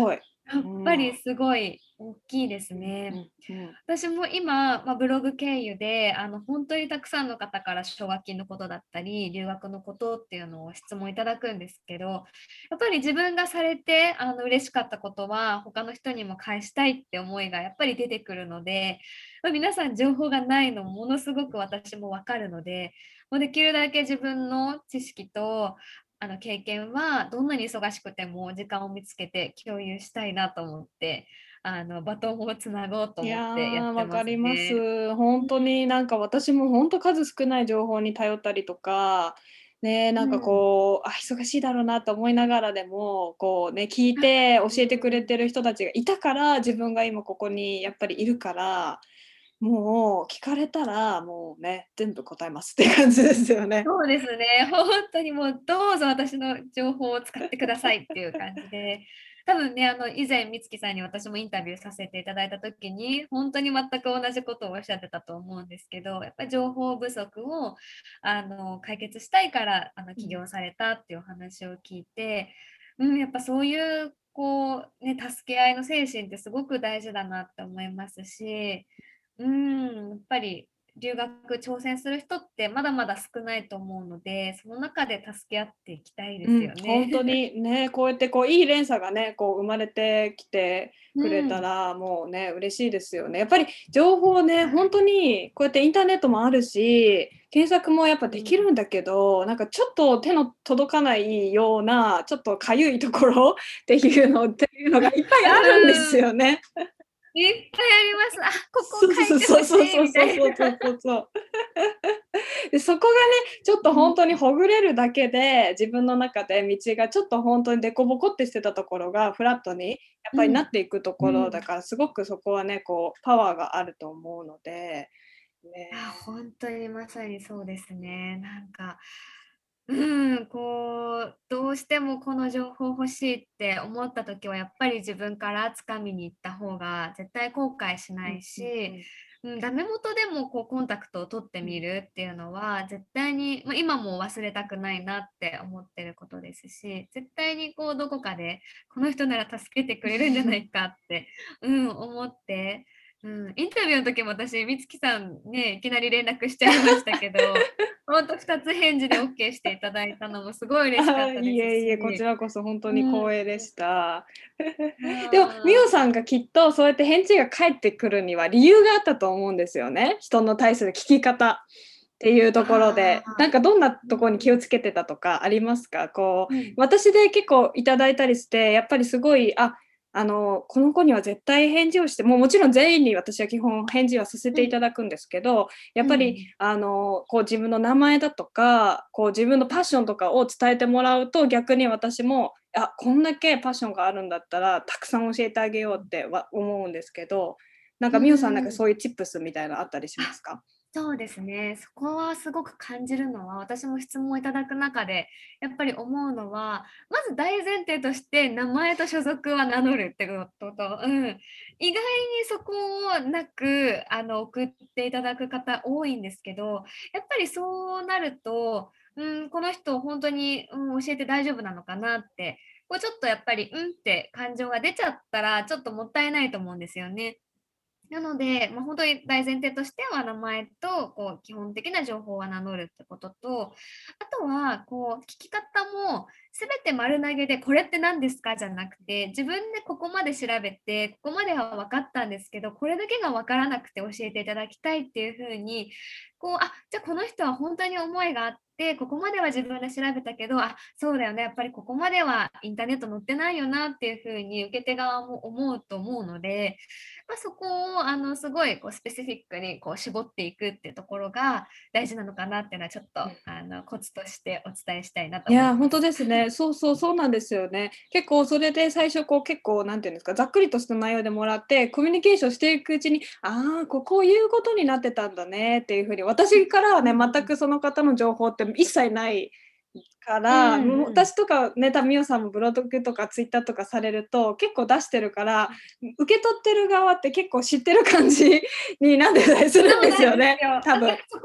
やっぱりすごい大きいですね。私も今、ブログ経由で本当にたくさんの方から奨学金のことだったり留学のことっていうのを質問いただくんですけど、やっぱり自分がされて嬉しかったことは他の人にも返したいって思いがやっぱり出てくるので、皆さん情報がないのものすごく私も分かるので、もうできるだけ自分の知識と経験はどんなに忙しくても時間を見つけて共有したいなと思って、バトンをつなごうといや思ってやっー、わかてますりまね。 す。本当になんか私も本当数少ない情報に頼ったりとか、ね、なんかうん、 こう、忙しいだろうなと思いながらでも、こうね、聞いて教えてくれてる人たちがいたから、自分が今ここにやっぱりいるから、もう聞かれたら、もうね、全部答えますって感じですよね。 そうですね。本当にもうどうぞ私の情報を使ってくださいっていう感じで、多分ね、以前美月さんに私もインタビューさせていただいた時に、本当に全く同じことをおっしゃってたと思うんですけど、やっぱり情報不足を解決したいから起業されたっていうお話を聞いて、やっぱそういうこうね、助け合いの精神ってすごく大事だなって思いますし、やっぱり留学挑戦する人ってまだまだ少ないと思うので、その中で助け合っていきたいですよね。 本当にね、こうやってこういい連鎖がね、こう生まれてきてくれたうん。 ら、もうね、嬉しいですよね。やっぱり情報ね、本当にこうやってインターネットもあるし、検索もやっぱできるんだけど、なんかちょっと手の届かないような、ちょっとかゆいところっていうのがいっぱいあるんですうん。 よね。 いっぱいあります。あ、ここそうそう書いてほそうそうそうしいみたそうそうそいな。 うそうそう。で、そこがね、ちょっとうん。 ほんとにほぐれるだけで、自分の中で道がちょっとほんとに凸凹ってしてたところがフラットにやっぱりなうん。 っていくとうん。 ころだから、すごくそこはね、こうパワーがあると思うので、 あ、 ね。 本当にまさにそうですね。なんか、こう、どうしてもこの情報欲しいって思った時は、やっぱり自分から掴みに行った方が絶対後悔しないし、ダメ元でもこうコンタクトを取ってみるっていうのは、絶対に、今も忘れたくないなって思ってることですし、絶対にこうどこかで、この人なら助けてくれるんじゃないかって、思って、インタビューの時も私、美月さんね、いきなり連絡しちゃいましたけど、ほんと2つ返事でオッケーしていただいたのもすごい嬉しかああ、 ったですいえいえ、こちし、 らこそほんとにうん、 光栄でした。 うでも、ミオん、 さんがきっとそうやって返事が返ってくるには理由があったと思うんですよね。人の対する聞き方っていうところで、なああ、 んかどんなところに気をうん、 つけてたとかありますか？こう、 うん、 私で結構いただいたりして、やっぱりすごい、この子には絶対返事をして、もちろん全員に私は基本返事はさせていうん、 ただくんですけど、やっぱりうん、 こう自分の名前だとか、こう自分のパッションとかを伝えてもらうと、逆に私も、こんだけパッションがあるんだったら、たくさん教えてあげようって思うんですけど、なんうかミオさんなんかん。 そういうチップスみたいなのあったりしますか？ そうですね。そこはすごく感じるのは、私も質問をいただく中で、やっぱり思うのは、まず大前提として名前と所属は名乗るってことと、意外にそこをなく、送っていただく方多いんですけど、やっぱりそうなると、この人本当に、教えて大丈夫なのかなって、こうちょっとやっぱり、って感情が出ちゃったら、ちょっともったいないと思うんですよね。なので、本当に大前提としては名前とこう基本的な情報は名乗るってことと、あとはこう聞き方も全て丸投げでこれって何ですかじゃなくて、自分でここまで調べて、ここまでは分かったんですけど、これだけが分からなくて教えていただきたいっていう風に、こう、じゃあこの人は本当に思いがあって、ここまでは自分で調べたけど、そうだよね、やっぱりここまではインターネット載ってないよなっていう風に受け手側も思うと思うので、そこをすごいこうスペシフィックにこう絞っていくっていうところが大事なのかなっていうのはちょっとコツとしてお伝えしたいなといや、ほんと思います。 ですね。そうそう、そうなんですよね。結構それで最初こう結構何て言うんですか、ざっくりとした内容でもらって、コミュニケーションしていくうちに、こういうことになってたんだねっていう風に、私からはね、 うんうん。 全くその方の情報って一切ないかうんら、もううん。 私とかね、多分ミオさんもブログとかツイッターとかされると、結構出してるから、受け取ってる側って結構知ってる感じになってたりするんそうなんですよね、 ですよ。 多分。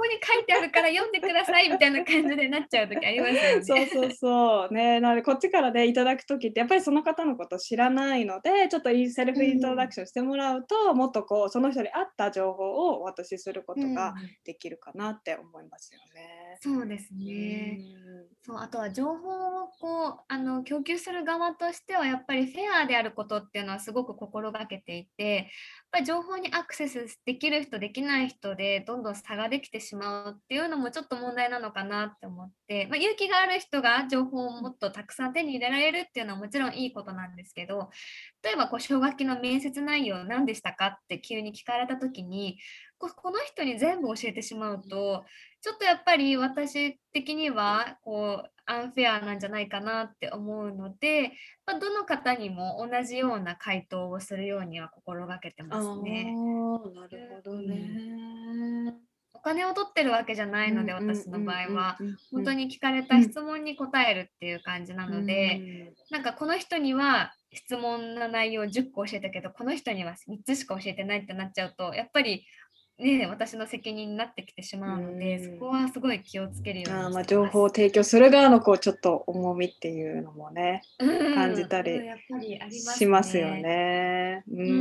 に書いてあるから読んでくださいみたいな感じでなっちゃう時ありますよね。 そうそうそうね、なのでこっちからねいただく時ってやっぱりその方のこと知らないので、ちょっとセルフイントロダクションしてもらうと、もっとこうその人に合った情報をお渡しすることができるかなって思いますよね。 そうですね。そう、あとは情報をこう供給する側としてはやっぱりフェアであることっていうのはすごく心がけていて、やっぱり情報にアクセスできる人できない人でどんどん差ができてしまうっていうのもちょっと問題なのかなって思って、勇気がある人が情報をもっとたくさん手に入れられるっていうのはもちろんいいことなんですけど、例えばこう奨学金の面接内容何でしたかって急に聞かれた時にこの人に全部教えてしまうとちょっとやっぱり私的にはこうアンフェアなんじゃないかなって思うので、どの方にも同じような回答をするようには心がけてあますね。 あ、なるほどうん、 ね。 お金を取ってるわけじゃないので、 うんうん私のうん場合はうんうんうん本当に聞かれうんた質問に答えるっていう感じなうので、 ん。 なんかこの人には質問の内容を10個教えたけどこの人には3つしか教えてないってなっちゃうとやっぱりね私の責任になってきてしうまうので、そこん。 はすごい気をつけるようにしまあ、 てます。 情報を提供する側のこうちょっと重みっていうのもね、感じたりやっぱりありましすますよね。 ね。 うん。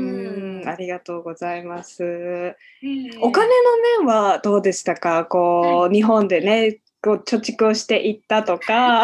ありがとうございます。お金ええ、 の面はどうでしたか？ はい。 こう日本でね、こう貯蓄をしていったとか。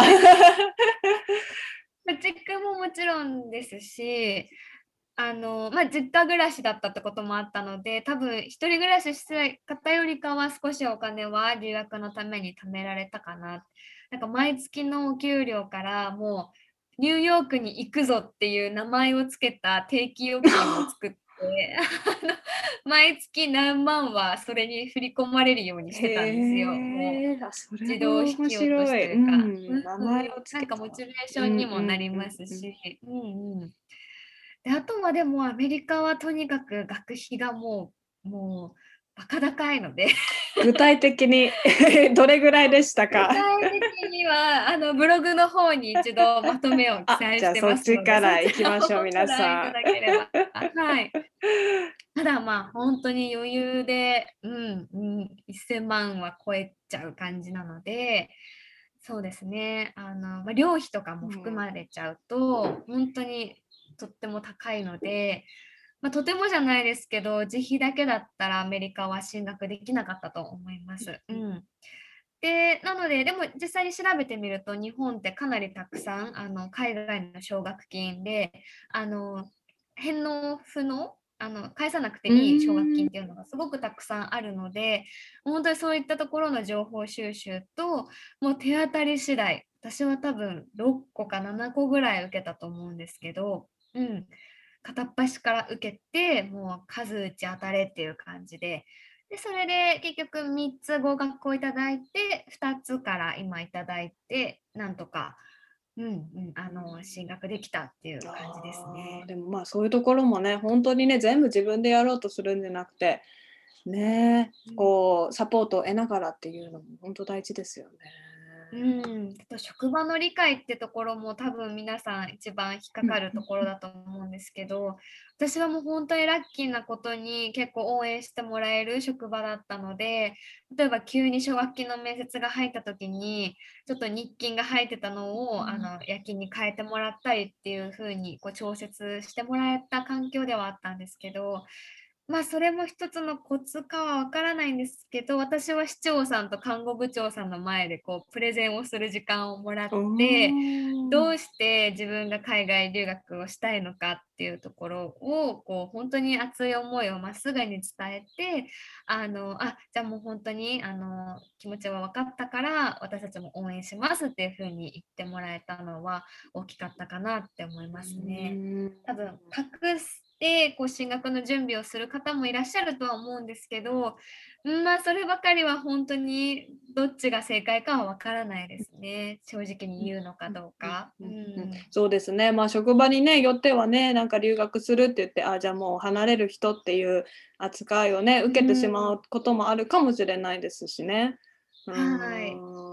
実家ももちろんですし、実家暮らしだったってこともあったので、多分一人暮らししてた方よりかは少しお金は留学のために貯められたかな。なんか毎月のお給料からもうニューヨークに行くぞっていう名前をつけた定期預金を作って、あの毎月何万はそれに振り込まれるようにしてたんですよ。もうへえ、あ、それ自動は面引き落とし白い。 というか、 名前をつなんけた。 かモチベーシうんョンにもなうんうんりますうん。 し、で、あとはでもアメリカはとにかく学費がもうバカ高いので、 具体的にどれぐらいでした具か？ 体的にはブログの方に一度まとめを記あ、じゃあ載してそっちますので、そから行きちらをましょう、皆ご覧いたさだければ。はい。ただ本当に余裕で、1000万は超えちゃう感じなので、そうですね、寮費とかん。 も含まれちゃうと、本当にとっても高いので、とてもじゃないですけど、自費だけだったらアメリカは進学できなかったと思います。で、なので、でも実際に調べてみると、日本ってかなりたくさん海外の奨学金であの返納不能返さなくてういい奨学ーん。 金っていうのがすごくたくさんあるので、本当にそういったところの情報収集と、もう手当たり次第、私は多分6個か7個ぐらい受けたと思うんですけど、片っ端から受けて、もう数打ち当たれっていう感じで、それで結局3つ合格をいただいて、2つから今いただいて、なんとか、進学できたっていう感じですああ、 ね。 でも、ま、そういうところもね、ほんとにね、全部自分でやろうとするんじゃなくて、ね、 うん、 こうサポートを得ながらっていうのもほんと大事ですよね。 あと職場の理解ってところも多分皆さん一番引っかうんかるところだと思うんですけど、私はもう本当にラッキーなことに結構応援してもらえる職場だったので、例えば急に奨学金の面接が入った時にちょっと日勤が入ってたのを夜勤に変えてもらったりっていう風にこう調節してもらえた環境ではあったんですけど、それも一つのコツかはわからないんですけど、私は市長さんと看護部長さんの前でこうプレゼンをする時間をもらっおて、どお。 うして自分が海外留学をしたいのかっていうところをこう本当に熱い思いをまっすぐに伝えて、じゃあもう本当に気持ちは分かったから私たちも応援しますっていうふうに言ってもらえたのは大きかったかなって思いうますね。 ーん。 多分隠してこう進学の準備をする方もいらっしゃるとは思うんですけど、そればかりは本当にどっちが正解かはわからないですね。正直に言うのかどうか。 そうですね、まあ、職場にね、よってはね、なんか留学するって言って、あ、じゃあもう離れる人っていう扱いをね、 う受けてしまん、 うこともあるかもしれないですしね。うはい。 ーん。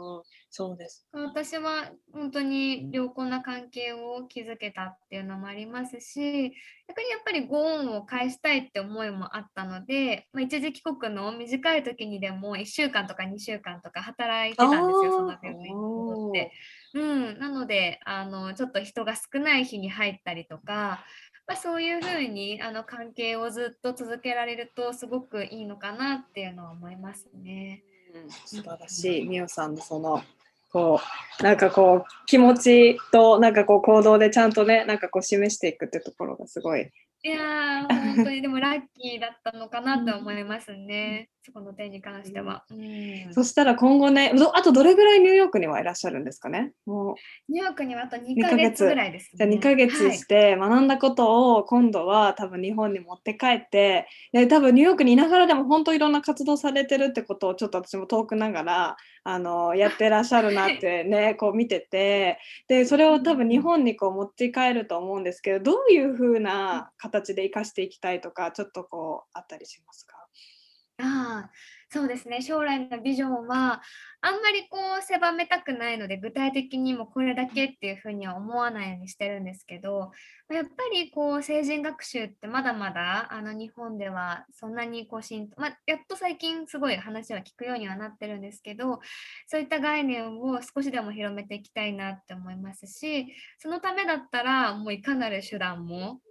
そうです。 私は本当に良好な関係を築けたっていうのもありますし、逆にやっぱりご恩を返したいって思いもあったので、一時帰国の短い時にでも1週間とか2週間とか働いてたんですよ、その病院に戻って。なのでちょっと人が少ない日に入ったりとか、そういうふうに関係をずっと続けられるとすごくいいのかなっていうのは思いますね。 素晴らしい。みおさんのそのなんか気持ちとなんか行動でちゃんとね、なんか示していくってところがすごい。 いやー、本当にでもラッキーだったのかなと思いますね、そこの点に関しては。 そしたら今後ね、あとどれぐらいニューヨークにはいらっしゃるんですかね？もうニューヨークにはあと2ヶ月ぐらいですね。 じゃあ2ヶ月して学んだことを今度は多分日本に持って帰って、で多分ニューヨークにいながらでも本当いろんな活動されてるってことをちょっと私も遠くながらやってらっしゃるなってね見てて、でそれを多分日本に持って帰ると思うんですけど、どういう風な形で生かしていきたいとかちょっとあったりしますか？ そうですね、将来のビジョンはあんまり狭めたくないので、具体的にもこれだけっていうふうには思わないようにしてるんですけど、やっぱり成人学習ってまだまだ日本ではそんなにやっと最近すごい話は聞くようにはなってるんですけど、そういった概念を少しでも広めていきたいなって思いますし、そのためだったらもういかなる手段も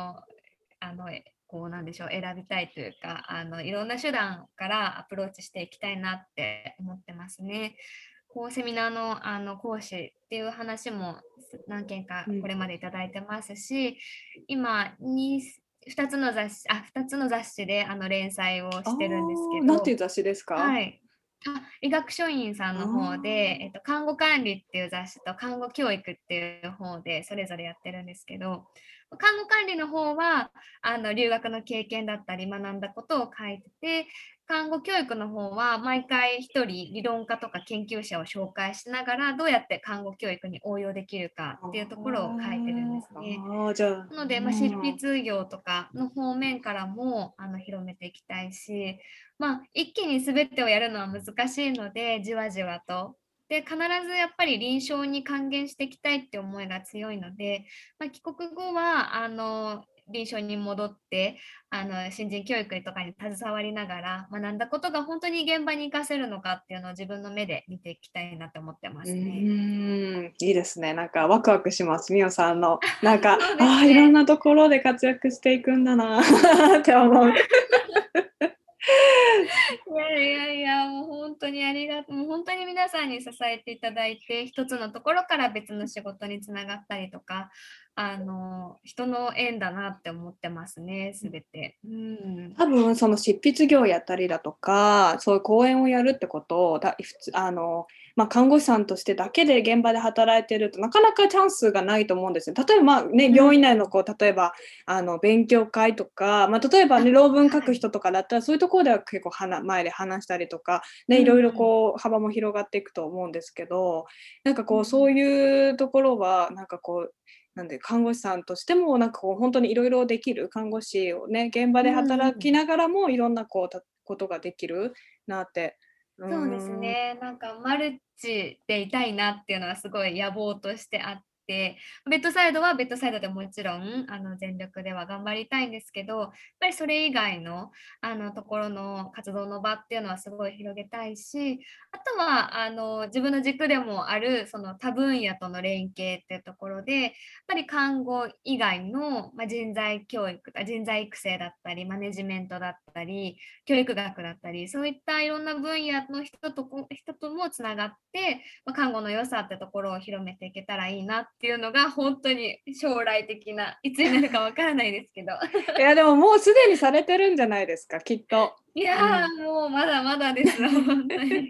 なんでしょう、選びたいというか、いろんな手段からアプローチしていきたいなって思ってますね。セミナーの、講師っていう話も何件かこれまでいただいてますし、今2つの雑誌で連載をしてるんですけど。 なんていう雑誌ですか？ はい。医学書院さんの方で、看護管理っていう雑誌と看護教育っていう方でそれぞれやってるんですけど、看護管理の方は留学の経験だったり学んだことを書いてて、看護教育の方は毎回一人理論家とか研究者を紹介しながらどうやって看護教育に応用できるかっていうところを書いてるんですね。なので、執筆業とかの方面からも広めていきたいし、一気に全てをやるのは難しいので、じわじわと。で、必ずやっぱり臨床に還元していきたいって思いが強いので、帰国後は臨床に戻って新人教育とかに携わりながら学んだことが本当に現場に活かせるのかっていうのを自分の目で見ていきたいなと思ってますね。 いいですね。なんかワクワクします。みおさんのなんかいろんなところで活躍していくんだなって思う。 いやもう本当にもう本当に皆さんに支えていただいて、一つのところから別の仕事につながったりとか、人の縁だなって思ってますね、すべて。 多分その執筆業をやったりだとか、そういう講演をやるってことを看護師さんとしてだけで現場で働いてるとなかなかチャンスがないと思うんですよ。例えば病院内の例えば勉強会とか、例えばね論文書く人とかだったら、そういうところでは結構前で話したりとかね、いろいろ幅も広がっていくと思うんですけど、なんかそういうところはなんかなんで看護師さんとしてもなんか本当にいろいろできる看護師をね、現場で働きながらもいろんなことができるなって。 そうですね。なんかマルチでいたいなっていうのはすごい野望としてあって、ベッドサイドはベッドサイドでもちろん全力では頑張りたいんですけど、やっぱりそれ以外のところの活動の場っていうのはすごい広げたいし、あとは自分の軸でもあるその多分野との連携っていうところで、やっぱり看護以外の、人材教育、人材育成だったり、マネジメントだったり、教育学だったり、そういったいろんな分野の人ともつながって、看護の良さってところを広めていけたらいいなっていうのが本当に将来的な、いつになるかわからないですけどいやでももうすでにされてるんじゃないですか、きっと。 いやもうまだまだです本当に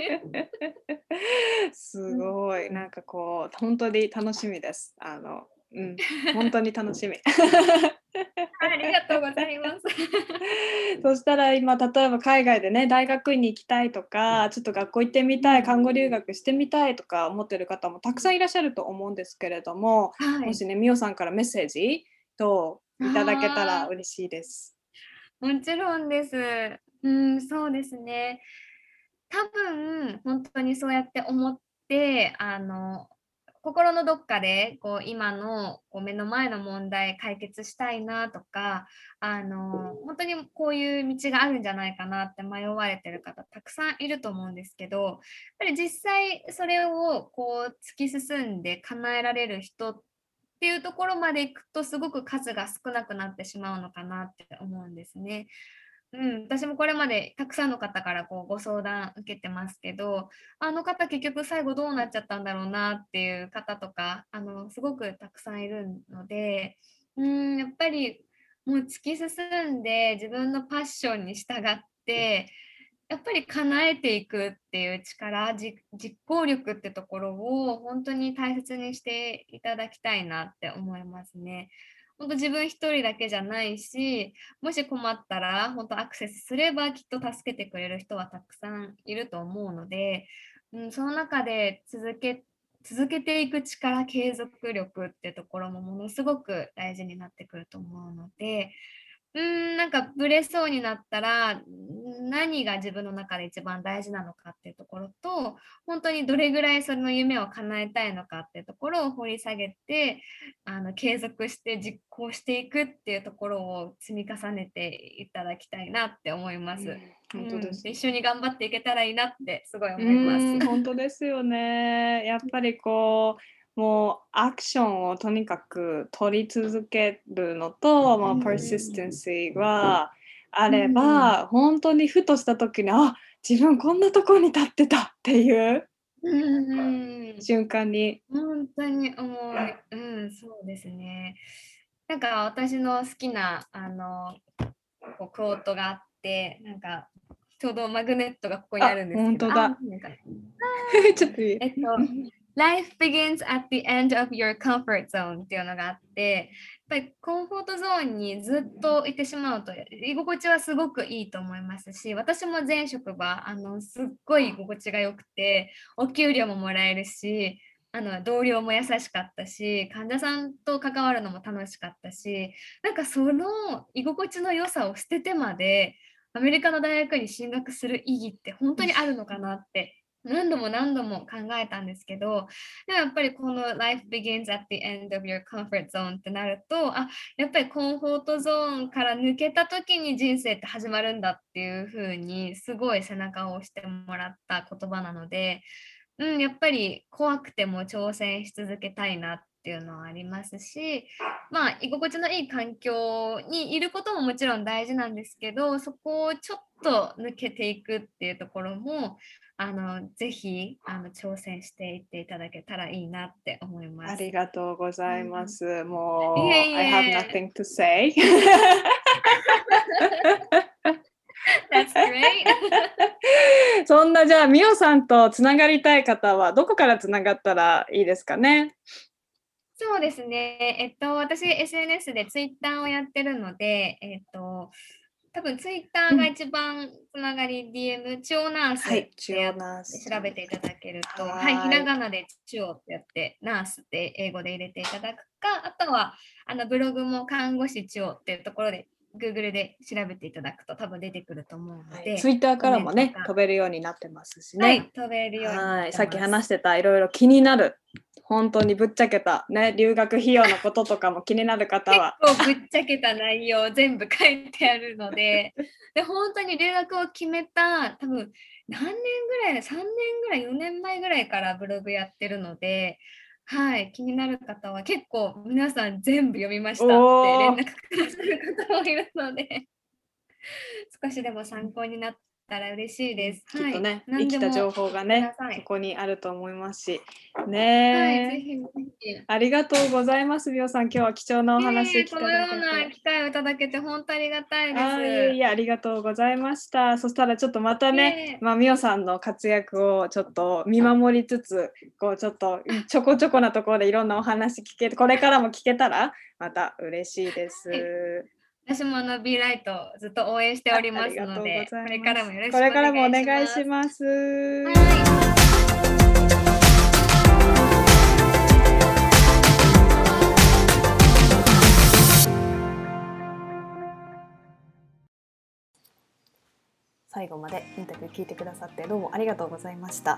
すごい、なんか本当に楽しみです。本当に楽しみ。 ありがとうございます。 そしたら今例えば海外でね、大学院に行きたいとか、ちょっと学校行ってみたい、看護留学してみたいとか思ってる方もたくさんいらっしゃると思うんですけれども、もしね、みおさんからメッセージといただけたら嬉しいです。 もちろんです。そうですね。多分本当にそうやって思って心のどっかでこう今のこう目の前の問題解決したいなとか本当にこういう道があるんじゃないかなって迷われてる方たくさんいると思うんですけど、やっぱり実際それをこう突き進んで叶えられる人っていうところまでいくとすごく数が少なくなってしまうのかなって思うんですね。私もこれまでたくさんの方からこうご相談受けてますけど、あの方結局最後どうなっちゃったんだろうなっていう方とかすごくたくさんいるので、やっぱりもう突き進んで自分のパッションに従ってやっぱり叶えていくっていう力、実行力ってところを本当に大切にしていただきたいなって思いますね。本当自分一人だけじゃないし、もし困ったら本当アクセスすればきっと助けてくれる人はたくさんいると思うので、その中で続けていく力、継続力ってところもものすごく大事になってくると思うので、なんかブレそうになったら何が自分の中で一番大事なのかっていうところと、本当にどれぐらいその夢を叶えたいのかっていうところを掘り下げて継続して実行していくっていうところを積み重ねていただきたいなって思います。 本当です、 一緒に頑張っていけたらいいなってすごい思います。 本当ですよね。やっぱりこうもうアクションをとにかく取り続けるのと、persistency があれば、本当にふとした時に自分こんなとこに立ってたっていう瞬間に本当に思う。そうですね。なんか私の好きなこうクォートがあって、なんかちょうどマグネットがここにあるんですけど、 本当だ。ちょっといい Life begins at the end of your comfort zone っていうのがあって、やっぱりコンフォートゾーンにずっといてしまうと居心地はすごくいいと思いますし、私も前職場すっごい居心地が良くて、お給料ももらえるし、同僚も優しかったし、患者さんと関わるのも楽しかったし、なんかその居心地の良さを捨ててまでアメリカの大学に進学する意義って本当にあるのかなって何度も何度も考えたんですけど、でもやっぱりこの Life begins at the end of your comfort zone ってなると、やっぱりコンフォートゾーンから抜けた時に人生って始まるんだっていう風にすごい背中を押してもらった言葉なので、やっぱり怖くても挑戦し続けたいなっていうのはありますし、居心地のいい環境にいることももちろん大事なんですけど、そこをちょっと抜けていくっていうところもぜひ挑戦していっていただけたらいいなって思います。 ありがとうございます。もういえ I have nothing to say That's great そんなじゃあミオさんとつながりたい方はどこからつながったらいいですかね。 そうですね。私 SNS でツイッターをやってるので、多分ツイッターが一番つながり、DM チオナースって調べていただけると、ひらがなでチオってやってナースって英語で入れていただくか、あとはブログも看護師チオっていうところで Google で調べていただくと多分出てくると思うので、 ツイッターからもね飛べるようになってますしね。 飛べるようになってます。 さっき話してたいろいろ気になる。本当にぶっちゃけた、ね、留学費用のこととかも気になる方は結構ぶっちゃけた内容全部書いてあるので本当に留学を決めた多分何年ぐらい3年ぐらい4年前ぐらいからブログやってるので、気になる方は結構皆さん全部読みましたって連絡くださる方もいるので少しでも参考になったら嬉しいです。 きっとね、生きた情報がね、そこにあると思いますし。ね、 ぜひぜひ。 ありがとうございます、ミオさん。今日は貴重なお話聞いていただけて。 このような機会をいただけて本当ありがたいです。 ありがとうございました。そしたらちょっとまたね、ミオさんの活躍をちょっと見守りつつ、こうちょっとちょこちょこなところでいろんなお話聞けて、これからも聞けたらまた嬉しいです。 私もBライトずっと応援しておりますので、これからもよろしくお願いします。 これからもお願いします。 最後までインタビュー聞いてくださってどうもありがとうございました。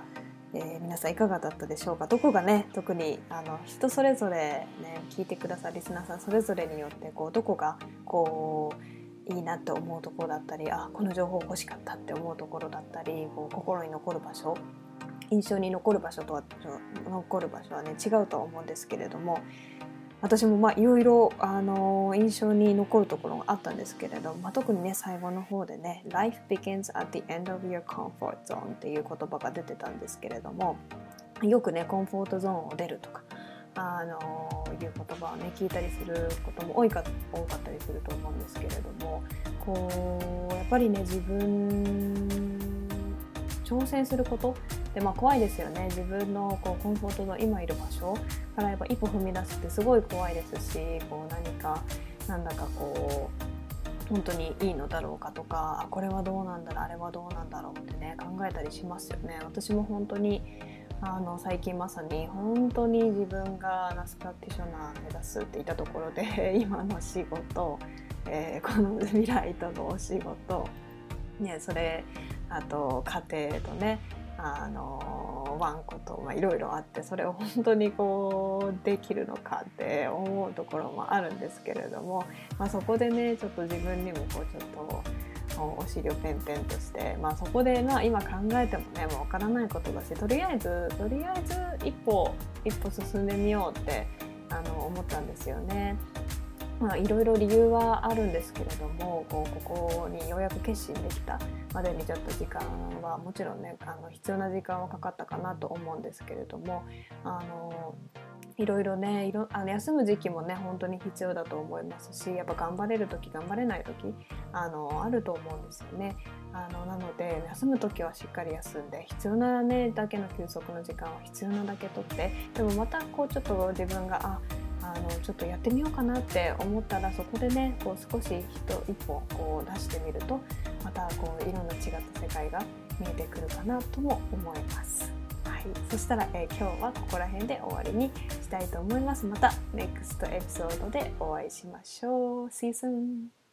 皆さんいかがだったでしょうか。どこがね特に人それぞれね聞いてくださるリスナーさんそれぞれによってどこがいいなって思うところだったりこの情報欲しかったって思うところだったり心に残る場所印象に残る場所とはね違うとは思うんですけれども私もいろいろ印象に残るところがあったんですけれど、特にね最後の方でね Life begins at the end of your comfort zone っていう言葉が出てたんですけれどもよくねコンフォートゾーンを出るとかいう言葉をね聞いたりすることも多かったりすると思うんですけれどもやっぱりね自分挑戦することで怖いですよね。自分のコンフォートの今いる場所からやっぱ一歩踏み出すってすごい怖いですしなんだか本当にいいのだろうかとかこれはどうなんだろうあれはどうなんだろうってね考えたりしますよね。私も本当に最近まさに本当に自分がナースプラクティショナー目指すって言ったところで今の仕事、この未来とのお仕事、ね、それあと家庭とねワンコといろいろあってそれを本当にできるのかって思うところもあるんですけれども、そこでねちょっと自分にもちょっとお尻をペンペンとして、そこで今考えてもねもう分からないことだしとりあえず一歩進んでみようって思ったんですよね。いろいろ理由はあるんですけれどもここにようやく決心できたまでにちょっと時間はもちろんね必要な時間はかかったかなと思うんですけれどもいろいろね休む時期もね本当に必要だと思いますしやっぱ頑張れる時頑張れない時あると思うんですよね。なので休む時はしっかり休んで必要なねだけの休息の時間は必要なだけ取ってでもまたちょっと自分がちょっとやってみようかなって思ったらそこでね少し一歩出してみるとまたいろんな違った世界が見えてくるかなとも思います。はい、そしたら、今日はここら辺で終わりにしたいと思います。また NEXT エピソードでお会いしましょう。See you soon!